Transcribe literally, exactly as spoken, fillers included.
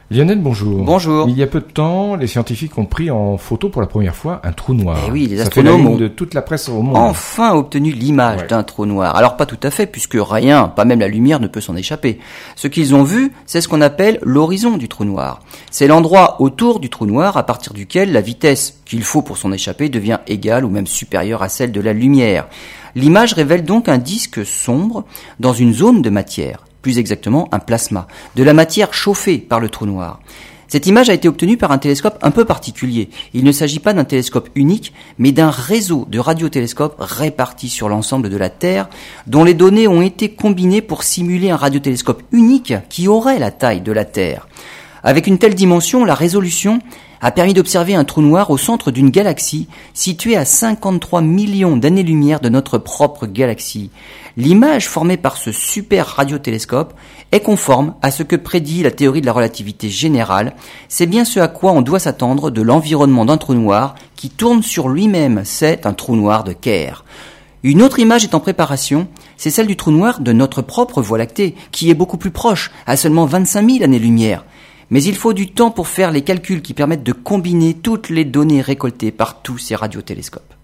Lionel, bonjour. Bonjour. Il y a peu de temps, les scientifiques ont pris en photo pour la première fois un trou noir. Eh oui, les Ça astronomes fait la une ont de toute la presse au monde. enfin obtenu l'image Ouais. d'un trou noir. Alors pas tout à fait, puisque rien, pas même la lumière, ne peut s'en échapper. Ce qu'ils ont vu, c'est ce qu'on appelle l'horizon du trou noir. C'est l'endroit autour du trou noir à partir duquel la vitesse qu'il faut pour s'en échapper devient égale ou même supérieure à celle de la lumière. L'image révèle donc un disque sombre dans une zone de matière, plus exactement un plasma, de la matière chauffée par le trou noir. Cette image a été obtenue par un télescope un peu particulier. Il ne s'agit pas d'un télescope unique, mais d'un réseau de radiotélescopes répartis sur l'ensemble de la Terre, dont les données ont été combinées pour simuler un radiotélescope unique qui aurait la taille de la Terre. Avec une telle dimension, la résolution a permis d'observer un trou noir au centre d'une galaxie située à cinquante-trois millions d'années-lumière de notre propre galaxie. L'image formée par ce super radiotélescope est conforme à ce que prédit la théorie de la relativité générale. C'est bien ce à quoi on doit s'attendre de l'environnement d'un trou noir qui tourne sur lui-même. C'est un trou noir de Kerr. Une autre image est en préparation, c'est celle du trou noir de notre propre Voie lactée, qui est beaucoup plus proche, à seulement vingt-cinq mille années-lumière. Mais il faut du temps pour faire les calculs qui permettent de combiner toutes les données récoltées par tous ces radiotélescopes.